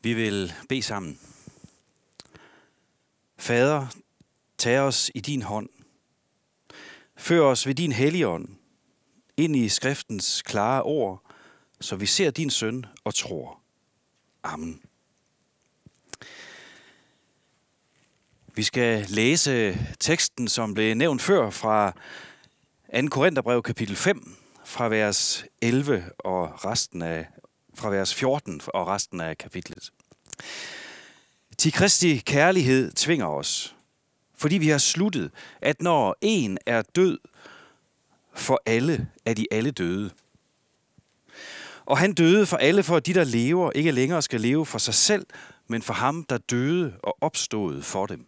Vi vil bede sammen. Fader, tag os i din hånd. Før os ved din helligånd ind i skriftens klare ord, så vi ser din søn og tror. Amen. Vi skal læse teksten, som blev nævnt før fra 2. Korintherbrev kapitel 5, fra vers 11 og fra vers 14 og resten af kapitlet. Til Kristi kærlighed tvinger os, fordi vi har sluttet, at når en er død, for alle er de alle døde. Og han døde for alle, for at de, der lever, ikke længere skal leve for sig selv, men for ham, der døde og opstod for dem.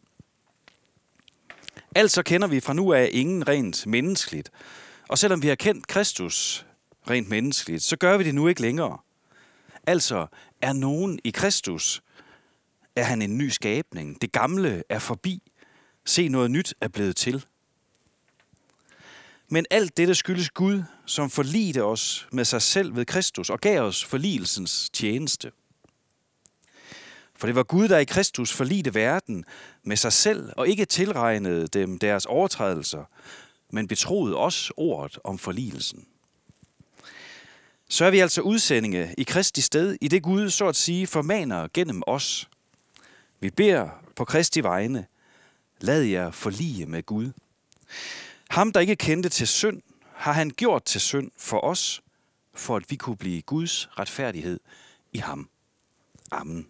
Altså kender vi fra nu af ingen rent menneskeligt, og selvom vi har kendt Kristus rent menneskeligt, så gør vi det nu ikke længere. Altså er nogen i Kristus, er han en ny skabning. Det gamle er forbi. Se, noget nyt er blevet til. Men alt dette skyldes Gud, som forligede os med sig selv ved Kristus og gav os forligelsens tjeneste. For det var Gud, der i Kristus forligede verden med sig selv og ikke tilregnede dem deres overtrædelser, men betroede os ordet om forligelsen. Så er vi altså udsendinge i Kristi sted, i det Gud, så at sige, formaner gennem os. Vi beder på Kristi vegne, lad jer forlige med Gud. Ham, der ikke kendte til synd, har han gjort til synd for os, for at vi kunne blive Guds retfærdighed i ham. Amen.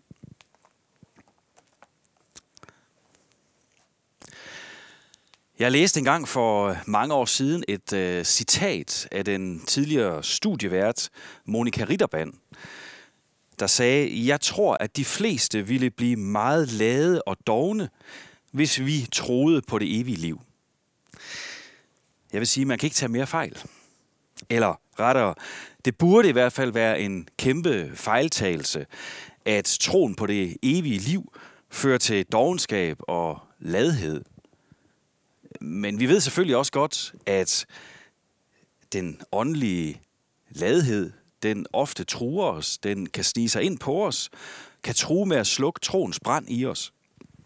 Jeg læste engang for mange år siden et citat af den tidligere studievært Monica Ritterband, der sagde, jeg tror, at de fleste ville blive meget lade og dovne, hvis vi troede på det evige liv. Jeg vil sige, at man kan ikke tage mere fejl. Eller rettere, det burde i hvert fald være en kæmpe fejltagelse, at troen på det evige liv fører til dovenskab og ladhed. Men vi ved selvfølgelig også godt, at den åndelige ladhed, den ofte truer os, den kan snige sig ind på os, kan true med at slukke troens brand i os.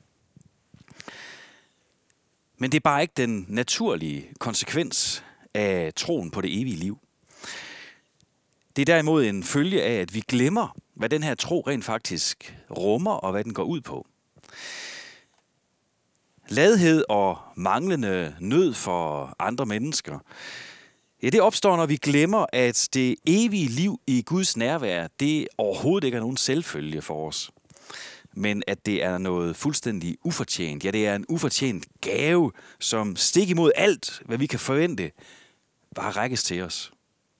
Men det er bare ikke den naturlige konsekvens af troen på det evige liv. Det er derimod en følge af, at vi glemmer, hvad den her tro rent faktisk rummer og hvad den går ud på. Ladhed og manglende nød for andre mennesker, ja, det opstår, når vi glemmer, at det evige liv i Guds nærvær, det overhovedet ikke er nogen selvfølge for os. Men at det er noget fuldstændig ufortjent. Ja, det er en ufortjent gave, som stik imod alt, hvad vi kan forvente, bare rækkes til os.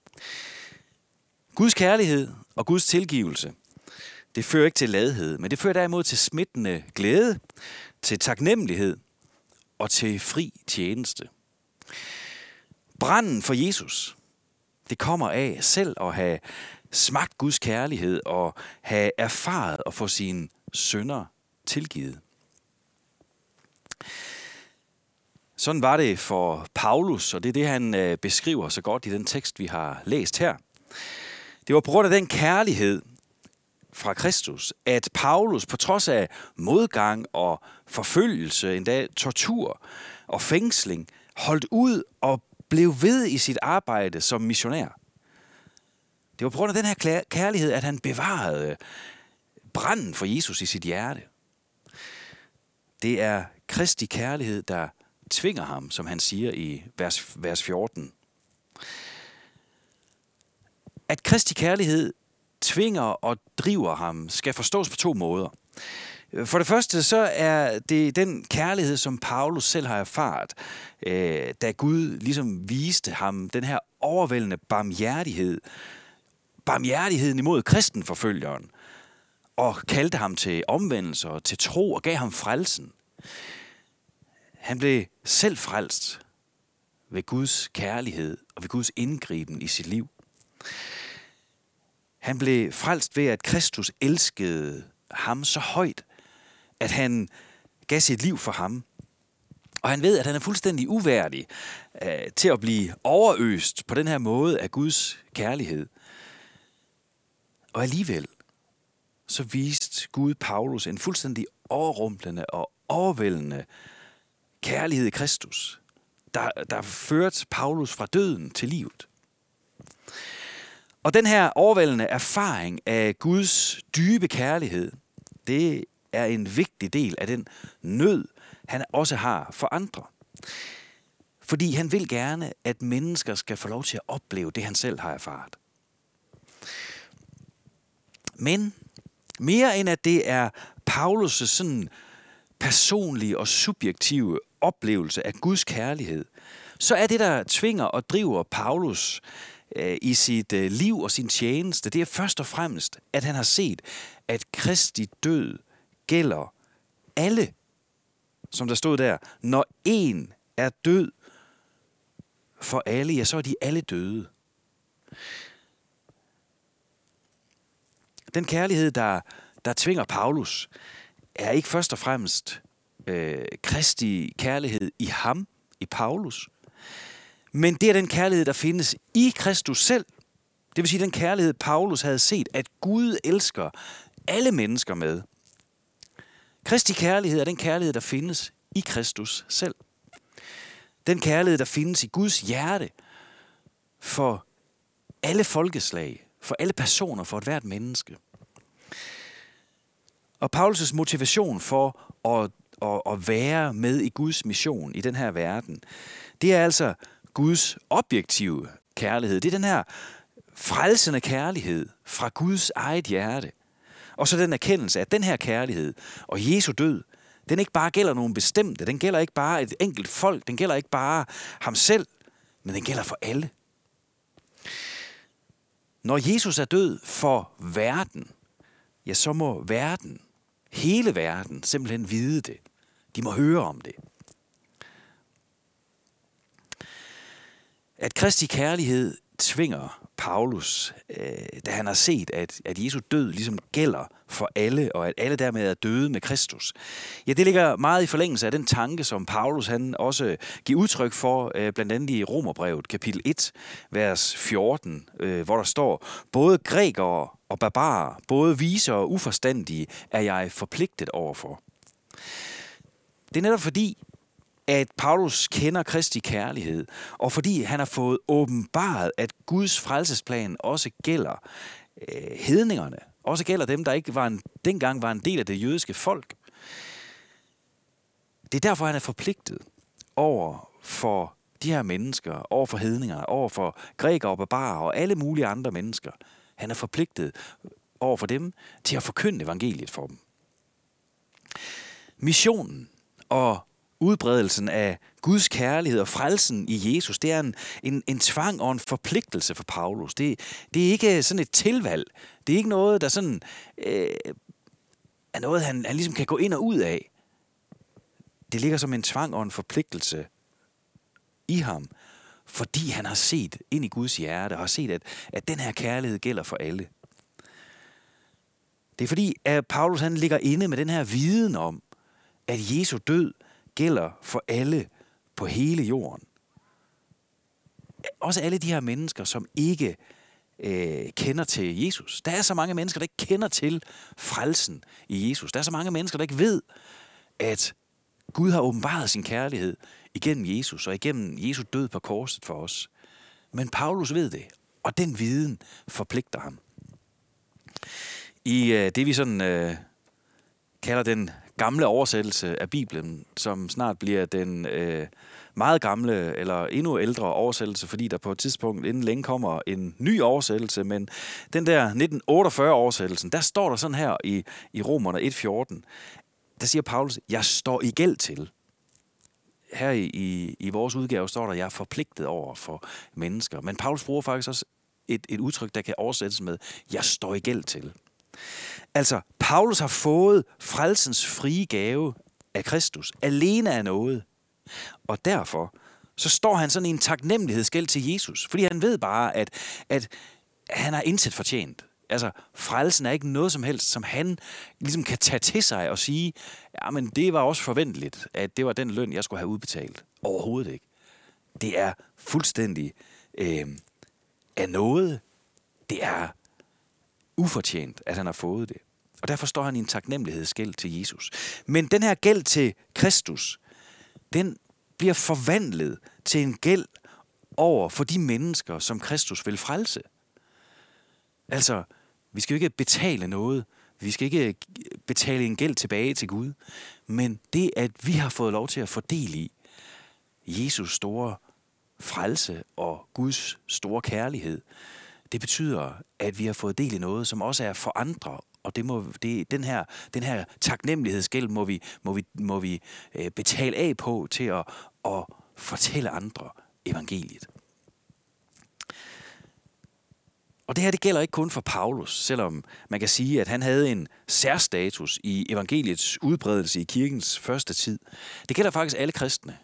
Guds kærlighed og Guds tilgivelse, det fører ikke til ladhed, men det fører derimod til smittende glæde, til taknemmelighed og til fri tjeneste. Branden for Jesus, det kommer af selv at have smagt Guds kærlighed og have erfaret at få sine synder tilgivet. Sådan var det for Paulus, og det er det, han beskriver så godt i den tekst, vi har læst her. Det var på grund af den kærlighed fra Kristus, at Paulus på trods af modgang og forfølgelse, endda tortur og fængsling, holdt ud og blev ved i sit arbejde som missionær. Det var på grund af den her kærlighed, at han bevarede branden for Jesus i sit hjerte. Det er Kristi kærlighed, der tvinger ham, som han siger i vers 14. At Kristi kærlighed tvinger og driver ham, skal forstås på to måder. For det første så er det den kærlighed, som Paulus selv har erfaret, da Gud ligesom viste ham den her overvældende barmhjertighed. Barmhjertigheden imod kristenforfølgeren, og kaldte ham til omvendelse og til tro og gav ham frelsen. Han blev selv frelst ved Guds kærlighed og ved Guds indgriben i sit liv. Han blev frelst ved, at Kristus elskede ham så højt, at han gav sit liv for ham. Og han ved, at han er fuldstændig uværdig til at blive overøst på den her måde af Guds kærlighed. Og alligevel, så viste Gud Paulus en fuldstændig overrumplende og overvældende kærlighed i Kristus, der førte Paulus fra døden til livet. Og den her overvældende erfaring af Guds dybe kærlighed, det er en vigtig del af den nød, han også har for andre. Fordi han vil gerne, at mennesker skal få lov til at opleve det, han selv har erfaret. Men mere end at det er Paulus' sådan personlige og subjektive oplevelse af Guds kærlighed, så er det, der tvinger og driver Paulus i sit liv og sin tjeneste, det er først og fremmest, at han har set, at Kristi død gælder alle, som der stod der. Når en er død for alle, ja, så er de alle døde. Den kærlighed, der tvinger Paulus, er ikke først og fremmest Kristi kærlighed i ham, i Paulus, men det er den kærlighed, der findes i Kristus selv. Det vil sige den kærlighed, Paulus havde set, at Gud elsker alle mennesker med. Kristi kærlighed er den kærlighed, der findes i Kristus selv. Den kærlighed, der findes i Guds hjerte for alle folkeslag, for alle personer, for ethvert menneske. Og Paulus' motivation for at være med i Guds mission i den her verden, det er altså Guds objektive kærlighed. Det er den her frelsende kærlighed fra Guds eget hjerte. Og så den erkendelse, at den her kærlighed og Jesu død, den ikke bare gælder nogen bestemte, den gælder ikke bare et enkelt folk, den gælder ikke bare ham selv, men den gælder for alle. Når Jesus er død for verden, ja, så må verden, hele verden, simpelthen vide det. De må høre om det. At Kristi kærlighed tvinger Paulus, da han har set, at Jesu død ligesom gælder for alle, og at alle dermed er døde med Kristus. Ja, det ligger meget i forlængelse af den tanke, som Paulus han også giver udtryk for, blandt andet i Romerbrevet, kapitel 1, vers 14, hvor der står, både grækere og barbarer, både vise og uforstandige, er jeg forpligtet overfor. Det er netop fordi, at Paulus kender Kristi kærlighed, og fordi han har fået åbenbaret, at Guds frelsesplan også gælder hedningerne, også gælder dem, der ikke dengang var en del af det jødiske folk. Det er derfor, han er forpligtet over for de her mennesker, over for hedningerne, over for grækere og barbarer og alle mulige andre mennesker. Han er forpligtet over for dem til at forkynde evangeliet for dem. Missionen og udbredelsen af Guds kærlighed og frelsen i Jesus, det er en tvang og en forpligtelse for Paulus. Det er ikke sådan et tilvalg. Det er ikke noget, der sådan er noget, han ligesom kan gå ind og ud af. Det ligger som en tvang og en forpligtelse i ham, fordi han har set ind i Guds hjerte og har set, at den her kærlighed gælder for alle. Det er fordi, at Paulus han ligger inde med den her viden om, at Jesu død gælder for alle på hele jorden. Også alle de her mennesker, som ikke kender til Jesus. Der er så mange mennesker, der ikke kender til frelsen i Jesus. Der er så mange mennesker, der ikke ved, at Gud har åbenbaret sin kærlighed igennem Jesus og igennem Jesu død på korset for os. Men Paulus ved det, og den viden forpligter ham. I det vi sådan kalder den gamle oversættelse af Bibelen, som snart bliver den meget gamle eller endnu ældre oversættelse, fordi der på et tidspunkt inden længe kommer en ny oversættelse, men den der 1948-oversættelsen, der står der sådan her i Romerne 1:14, der siger Paulus, jeg står i gæld til. Her i vores udgave står der, jeg er forpligtet over for mennesker. Men Paulus bruger faktisk også et udtryk, der kan oversættes med, jeg står i gæld til. Altså, Paulus har fået frelsens frie gave af Kristus, alene af noget. Og derfor, så står han sådan i en taknemmelighedsgæld til Jesus, fordi han ved bare, at han har intet fortjent. Altså, frelsen er ikke noget som helst, som han ligesom kan tage til sig og sige, ja, men det var også forventeligt, at det var den løn, jeg skulle have udbetalt. Overhovedet ikke. Det er fuldstændig af noget. Det er ufortjent, at han har fået det. Og derfor står han i en taknemmelighedsgæld til Jesus. Men den her gæld til Kristus, den bliver forvandlet til en gæld over for de mennesker, som Kristus vil frelse. Altså, vi skal jo ikke betale noget. Vi skal ikke betale en gæld tilbage til Gud. Men det, at vi har fået lov til at fordele i Jesus store frelse og Guds store kærlighed, det betyder, at vi har fået del i noget, som også er for andre. Og den her taknemmelighedsgæld må vi betale af på til at fortælle andre evangeliet. Og det her, det gælder ikke kun for Paulus, selvom man kan sige, at han havde en særstatus i evangeliets udbredelse i kirkens første tid. Det gælder faktisk alle kristne,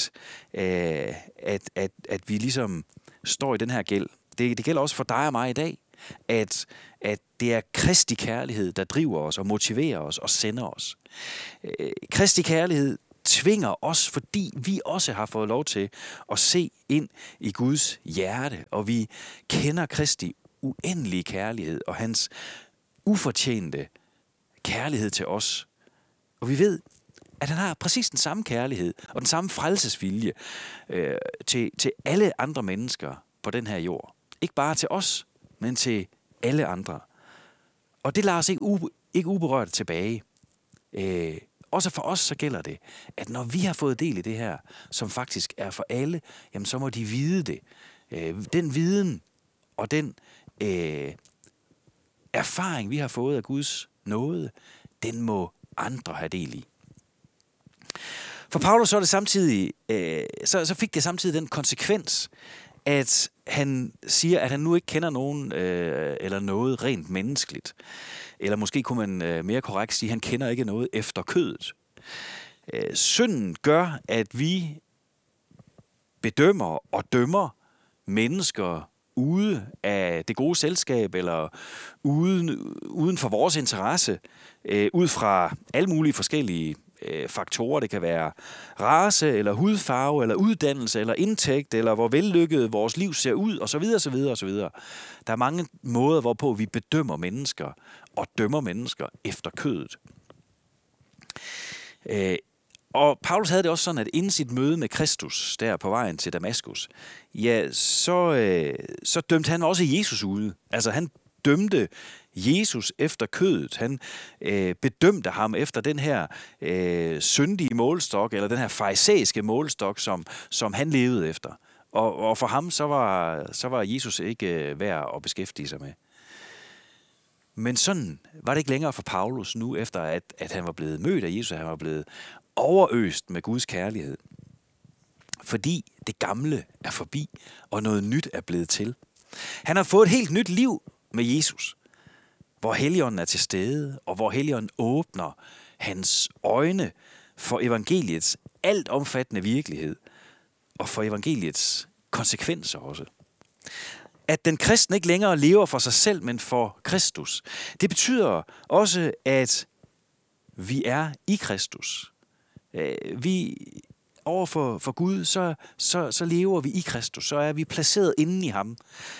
at vi ligesom står i den her gæld. Det gælder også for dig og mig i dag, at det er Kristi kærlighed, der driver os og motiverer os og sender os. Kristi kærlighed tvinger os, fordi vi også har fået lov til at se ind i Guds hjerte, og vi kender Kristi uendelige kærlighed og hans ufortjente kærlighed til os. Og vi ved, at han har præcis den samme kærlighed og den samme frelsesvilje til alle andre mennesker på den her jord. Ikke bare til os, men til alle andre. Og det lader os ikke uberørt tilbage. Også for os så gælder det, at når vi har fået del i det her, som faktisk er for alle, jamen så må de vide det. Den viden og den erfaring, vi har fået af Guds nåde, den må andre have del i. For Paulus så er det samtidig, så fik det samtidig den konsekvens, at han siger, at han nu ikke kender nogen eller noget rent menneskeligt. Eller måske kunne man mere korrekt sige, at han kender ikke noget efter kødet. Synden gør, at vi bedømmer og dømmer mennesker ude af det gode selskab, eller uden for vores interesse, ud fra alle mulige forskellige faktorer. Det kan være race, eller hudfarve, eller uddannelse, eller indtægt, eller hvor vellykket vores liv ser ud, osv. osv. osv. Der er mange måder, hvorpå vi bedømmer mennesker og dømmer mennesker efter kødet. Og Paulus havde det også sådan, at inden sit møde med Kristus, der på vejen til Damaskus, ja, så dømte han også Jesus ude. Altså han dømte Jesus efter kødet. Han bedømte ham efter den her syndige målestok, eller den her farisæiske målestok, som han levede efter. Og for ham, så var Jesus ikke værd at beskæftige sig med. Men sådan var det ikke længere for Paulus nu, efter at han var blevet mødt af Jesus, han var blevet overøst med Guds kærlighed. Fordi det gamle er forbi, og noget nyt er blevet til. Han har fået et helt nyt liv med Jesus, hvor Helligånden er til stede, og hvor Helligånden åbner hans øjne for evangeliets altomfattende virkelighed, og for evangeliets konsekvenser også. At den kristne ikke længere lever for sig selv, men for Kristus. Det betyder også, at vi er i Kristus. Vi over for Gud, så lever vi i Kristus. Så er vi placeret inde i ham.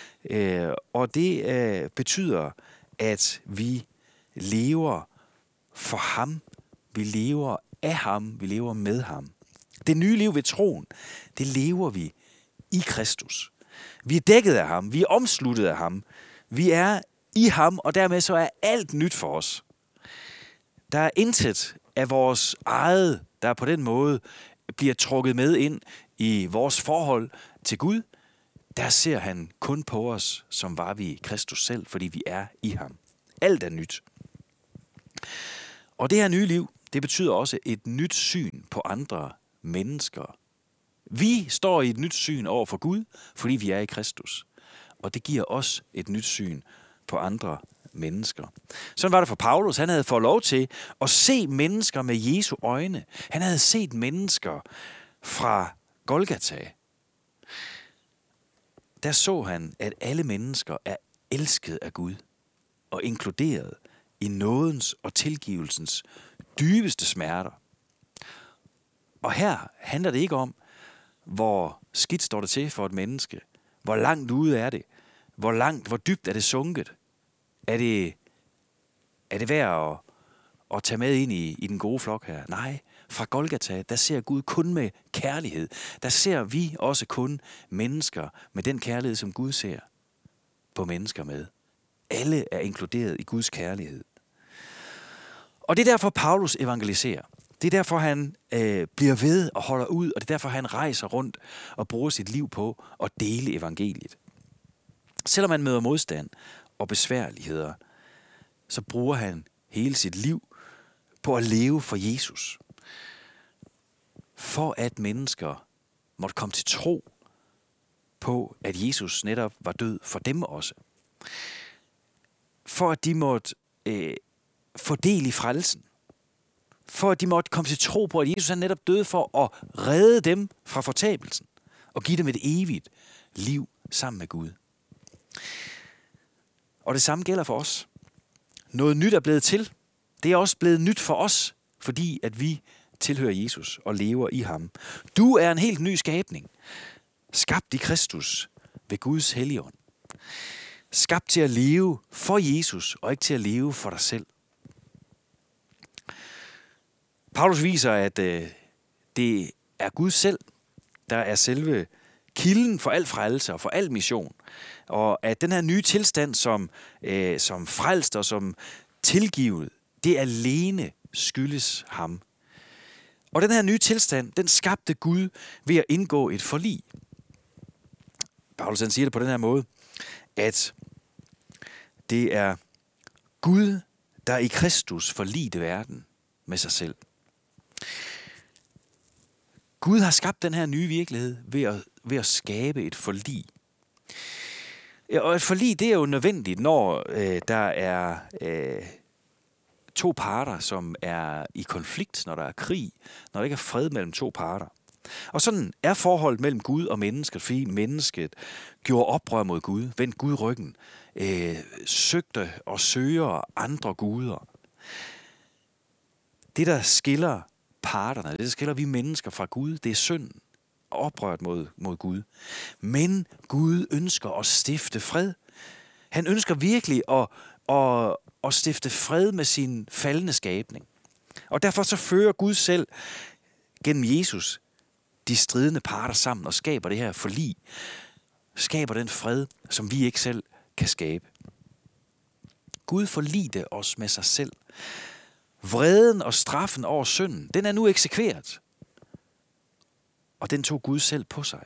Og det betyder, at vi lever for ham. Vi lever af ham. Vi lever med ham. Det nye liv ved troen, det lever vi i Kristus. Vi er dækket af ham. Vi er omsluttet af ham. Vi er i ham, og dermed så er alt nyt for os. Der er intet af vores eget, der på den måde bliver trukket med ind i vores forhold til Gud. Der ser han kun på os, som var vi Kristus selv, fordi vi er i ham. Alt er nyt. Og det her nye liv, det betyder også et nyt syn på andre mennesker. Vi står i et nyt syn over for Gud, fordi vi er i Kristus. Og det giver os et nyt syn på andre mennesker. Sådan var det for Paulus. Han havde fået lov til at se mennesker med Jesu øjne. Han havde set mennesker fra Golgata. Der så han, at alle mennesker er elsket af Gud og inkluderet i nådens og tilgivelsens dybeste smerter. Og her handler det ikke om, hvor skidt står det til for et menneske. Hvor langt ude er det? Hvor dybt er det sunket? Er Er det værd at tage med ind i den gode flok her? Nej, fra Golgata, der ser Gud kun med kærlighed. Der ser vi også kun mennesker med den kærlighed, som Gud ser på mennesker med. Alle er inkluderet i Guds kærlighed. Og det er derfor, Paulus evangeliserer. Det er derfor, han bliver ved og holder ud, og det er derfor, han rejser rundt og bruger sit liv på at dele evangeliet. Selvom han møder modstand og besværligheder, så bruger han hele sit liv på at leve for Jesus. For at mennesker måtte komme til tro på, at Jesus netop var død for dem også. For at de måtte få del i frelsen. For at de måtte komme til tro på, at Jesus er netop døde for at redde dem fra fortabelsen. Og give dem et evigt liv sammen med Gud. Og det samme gælder for os. Noget nyt er blevet til. Det er også blevet nyt for os, fordi at vi tilhører Jesus og lever i ham. Du er en helt ny skabning. Skabt i Kristus ved Guds Helligånd. Skabt til at leve for Jesus og ikke til at leve for dig selv. Paulus viser, at det er Gud selv, der er selve kilden for al frelse og for al mission. Og at den her nye tilstand, som frelst og som tilgivet, det alene skyldes ham. Og den her nye tilstand, den skabte Gud ved at indgå et forlig. Paulus han siger det på den her måde, at det er Gud, der i Kristus forligte verden med sig selv. Gud har skabt den her nye virkelighed ved at skabe et forlig. Og et forlig, det er jo nødvendigt, når der er to parter, som er i konflikt, når der er krig, når der ikke er fred mellem to parter. Og sådan er forholdet mellem Gud og mennesket, fordi mennesket gjorde oprør mod Gud, vendte Gud ryggen, søgte og søger andre guder. Det, der skiller parterne, det der skiller vi mennesker fra Gud, det er synden og oprøret mod Gud. Men Gud ønsker at stifte fred. Han ønsker virkelig at stifte fred med sin faldne skabning. Og derfor så fører Gud selv gennem Jesus de stridende parter sammen og skaber det her forlig. Skaber den fred, som vi ikke selv kan skabe. Gud forligte os med sig selv. Vreden og straffen over synden, den er nu eksekveret. Og den tog Gud selv på sig,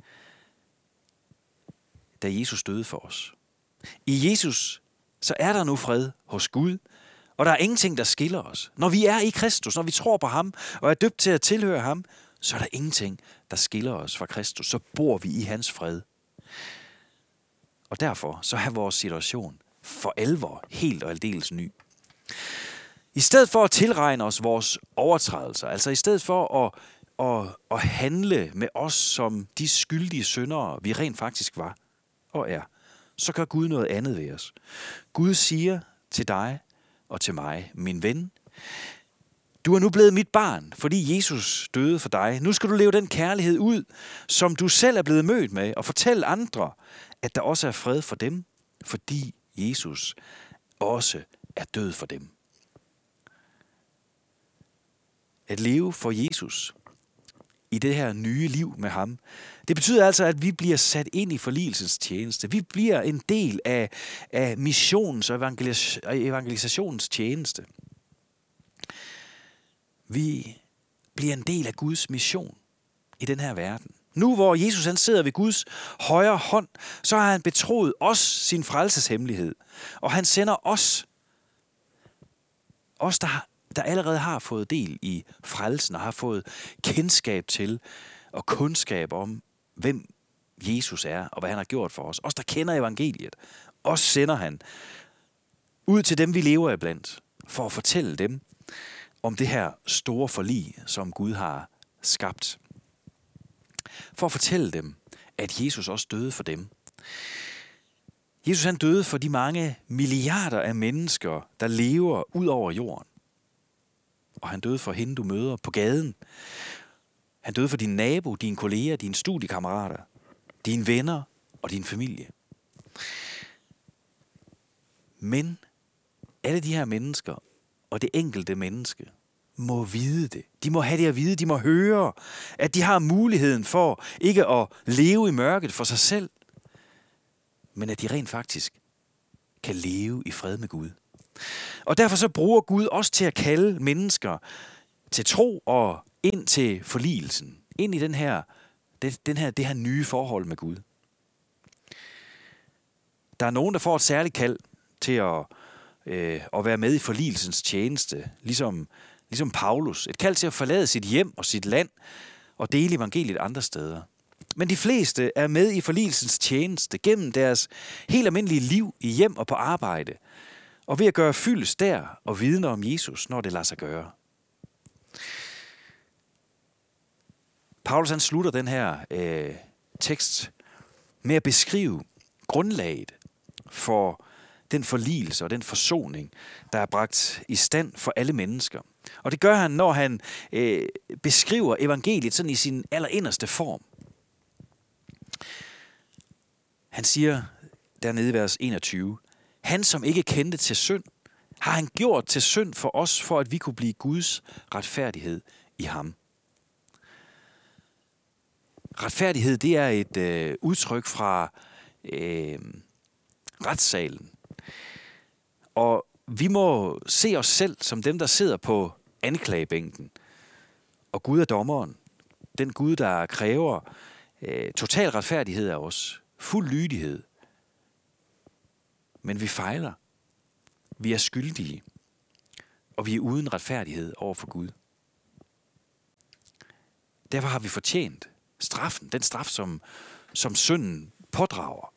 da Jesus døde for os. I Jesus, så er der nu fred hos Gud, og der er ingenting, der skiller os. Når vi er i Kristus, når vi tror på ham og er døbt til at tilhøre ham, så er der ingenting, der skiller os fra Kristus. Så bor vi i hans fred. Og derfor så er vores situation for alvor helt og aldeles ny. I stedet for at tilregne os vores overtrædelser, altså i stedet for at handle med os som de skyldige syndere, vi rent faktisk var og er, så gør Gud noget andet ved os. Gud siger til dig og til mig, min ven, du er nu blevet mit barn, fordi Jesus døde for dig. Nu skal du leve den kærlighed ud, som du selv er blevet mødt med, og fortælle andre, at der også er fred for dem, fordi Jesus også er død for dem. At leve for Jesus i det her nye liv med ham, det betyder altså, at vi bliver sat ind i forligelsens tjeneste. Vi bliver en del af missionens og evangelisationens tjeneste. Vi bliver en del af Guds mission i den her verden. Nu hvor Jesus han sidder ved Guds højre hånd, så har han betroet os sin frelseshemmelighed. Og han sender os der allerede har fået del i frelsen og har fået kendskab til og kundskab om, hvem Jesus er og hvad han har gjort for os. Os, der kender evangeliet. Os sender han ud til dem, vi lever iblandt, for at fortælle dem om det her store forlig, som Gud har skabt. For at fortælle dem, at Jesus også døde for dem. Jesus han døde for de mange milliarder af mennesker, der lever ud over jorden. Og han døde for hende, du møder på gaden. Han døde for din nabo, dine kolleger, dine studiekammerater, dine venner og din familie. Men alle de her mennesker og det enkelte menneske må vide det. De må have det at vide, de må høre, at de har muligheden for ikke at leve i mørket for sig selv, men at de rent faktisk kan leve i fred med Gud. Og derfor så bruger Gud også til at kalde mennesker til tro og ind til forligelsen. Ind i det her nye forhold med Gud. Der er nogen, der får et særligt kald til at være med i forligelsens tjeneste, ligesom Paulus. Et kald til at forlade sit hjem og sit land og dele evangeliet andre steder. Men de fleste er med i forligelsens tjeneste gennem deres helt almindelige liv i hjem og på arbejde, og ved at gøre fyldest der og vidne om Jesus, når det lader sig gøre. Paulus han slutter den her tekst med at beskrive grundlaget for den forligelse og den forsoning, der er bragt i stand for alle mennesker. Og det gør han, når han beskriver evangeliet sådan i sin allerinderste form. Han siger dernede i vers 21, han som ikke kendte til synd, har han gjort til synd for os, for at vi kunne blive Guds retfærdighed i ham. Retfærdighed, det er et udtryk fra retssalen. Og vi må se os selv som dem, der sidder på anklagebænken. Og Gud er dommeren. Den Gud, der kræver total retfærdighed af os. Fuld lydighed. Men vi fejler. Vi er skyldige. Og vi er uden retfærdighed over for Gud. Derfor har vi fortjent straffen. Den straf, som synden pådrager.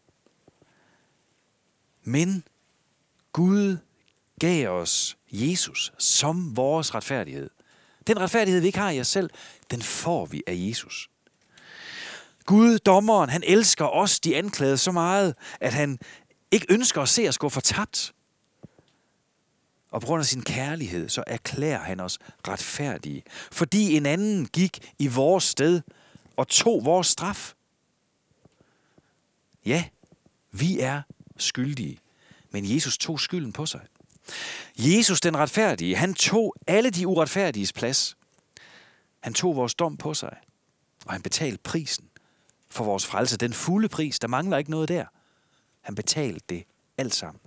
Men Gud gav os Jesus som vores retfærdighed. Den retfærdighed, vi ikke har i os selv, den får vi af Jesus. Gud, dommeren, han elsker os, de anklagede, så meget, at han ikke ønsker at se os gå fortabt. Og på grund af sin kærlighed, så erklærer han os retfærdige. Fordi en anden gik i vores sted og tog vores straf. Ja, vi er skyldige, men Jesus tog skylden på sig. Jesus, den retfærdige, han tog alle de uretfærdiges plads. Han tog vores dom på sig, og han betalte prisen for vores frelse. Den fulde pris, der mangler ikke noget der. Han betalte det alt sammen.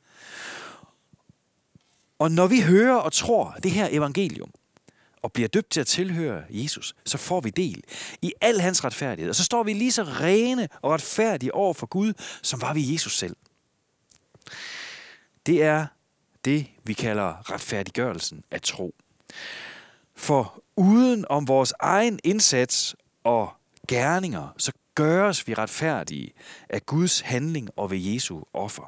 Og når vi hører og tror det her evangelium, og bliver døbt til at tilhøre Jesus, så får vi del i al hans retfærdighed. Og så står vi lige så rene og retfærdige over for Gud, som var vi i Jesus selv. Det er det, vi kalder retfærdiggørelsen af tro. For uden om vores egen indsats og gerninger, så gøres vi retfærdige af Guds handling og ved Jesu offer.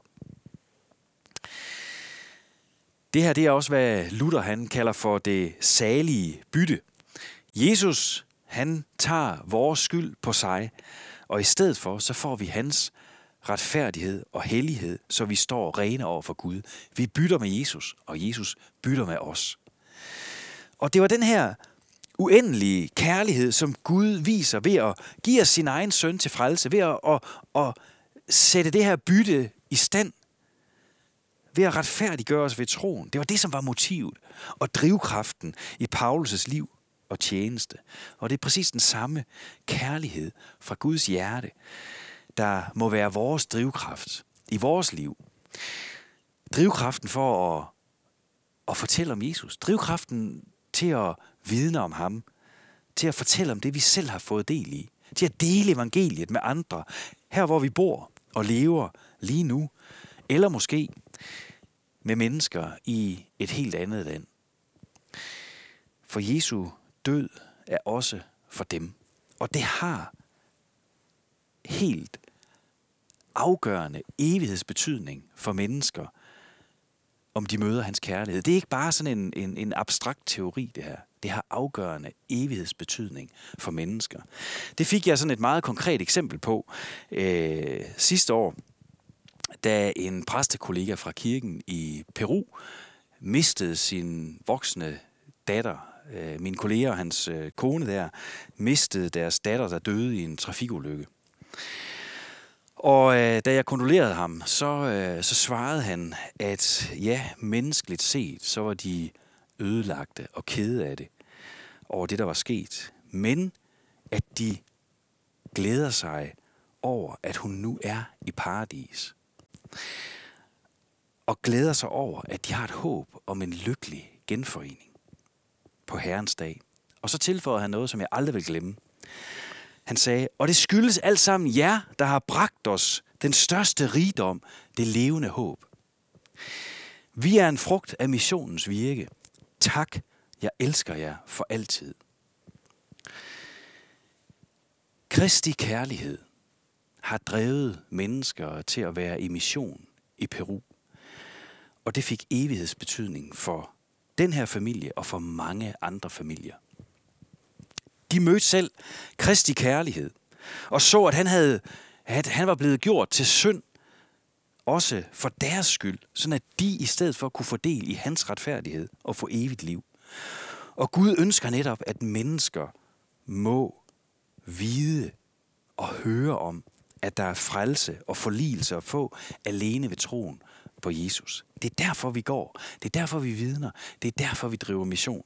Det her, det er også, hvad Luther han kalder for det salige bytte. Jesus, han tager vores skyld på sig, og i stedet for, så får vi hans retfærdighed og hellighed, så vi står rene over for Gud. Vi bytter med Jesus, og Jesus bytter med os. Og det var den her uendelige kærlighed, som Gud viser ved at give os sin egen søn til frelse, ved at sætte det her bytte i stand, ved at retfærdiggøre os ved troen. Det var det, som var motivet og drivkraften i Paulus' liv og tjeneste. Og det er præcis den samme kærlighed fra Guds hjerte, der må være vores drivkraft i vores liv. Drivkraften for at fortælle om Jesus. Drivkraften til at vidne om ham. Til at fortælle om det, vi selv har fået del i. Til at dele evangeliet med andre. Her, hvor vi bor og lever lige nu. Eller måske med mennesker i et helt andet land. For Jesu død er også for dem. Og det har helt afgørende evighedsbetydning for mennesker, om de møder hans kærlighed. Det er ikke bare sådan en abstrakt teori, det her. Det har afgørende evighedsbetydning for mennesker. Det fik jeg sådan et meget konkret eksempel på sidste år, da en præstekollega fra kirken i Peru mistede sin voksne datter. Min kollega og hans kone der mistede deres datter, der døde i en trafikulykke. Og da jeg kondolerede ham, så svarede han, at ja, menneskeligt set, så var de ødelagte og kede af det over det, der var sket. Men at de glæder sig over, at hun nu er i paradis. Og glæder sig over, at de har et håb om en lykkelig genforening på Herrens dag. Og så tilføjede han noget, som jeg aldrig vil glemme. Han sagde, og det skyldes alt sammen jer, der har bragt os den største rigdom, det levende håb. Vi er en frugt af missionens virke. Tak, jeg elsker jer for altid. Kristi kærlighed har drevet mennesker til at være i mission i Peru. Og det fik evighedsbetydning for den her familie og for mange andre familier. De mødte selv Kristi kærlighed og så, at han var blevet gjort til synd, også for deres skyld, sådan at de i stedet for kunne få del i hans retfærdighed og få evigt liv. Og Gud ønsker netop, at mennesker må vide og høre om, at der er frelse og forligelse at få alene ved troen på Jesus. Det er derfor, vi går. Det er derfor, vi vidner. Det er derfor, vi driver mission.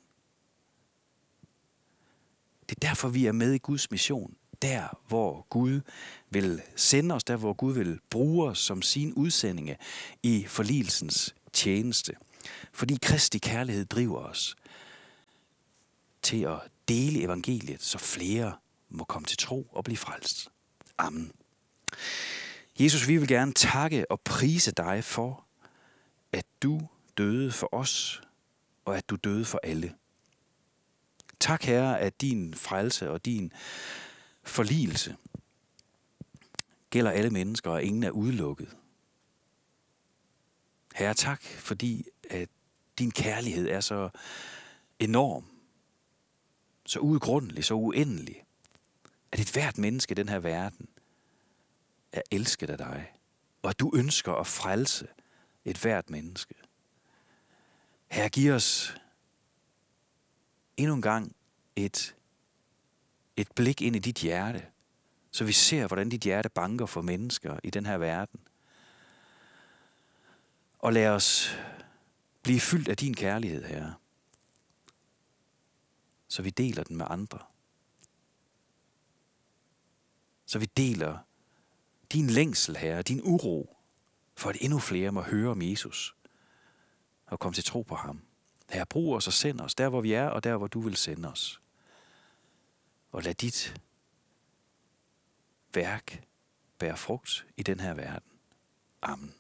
Det er derfor, vi er med i Guds mission. Der, hvor Gud vil sende os, der, hvor Gud vil bruge os som sin udsendinge i forligelsens tjeneste. Fordi Kristi kærlighed driver os til at dele evangeliet, så flere må komme til tro og blive frelst. Amen. Jesus, vi vil gerne takke og prise dig for, at du døde for os, og at du døde for alle. Tak, Herre, at din frelse og din forligelse gælder alle mennesker, og ingen er udelukket. Herre, tak, fordi at din kærlighed er så enorm, så uudgrundelig, så uendelig, at et hvert menneske i den her verden er elsket af dig, og at du ønsker at frelse et hvert menneske. Herre, giv os endnu en gang et blik ind i dit hjerte, så vi ser, hvordan dit hjerte banker for mennesker i den her verden. Og lad os blive fyldt af din kærlighed, Herre, så vi deler den med andre. Så vi deler din længsel, Herre, din uro, for at endnu flere må høre om Jesus og komme til tro på ham. Herre, brug os og send os der, hvor vi er, og der, hvor du vil sende os. Og lad dit værk bære frugt i den her verden. Amen.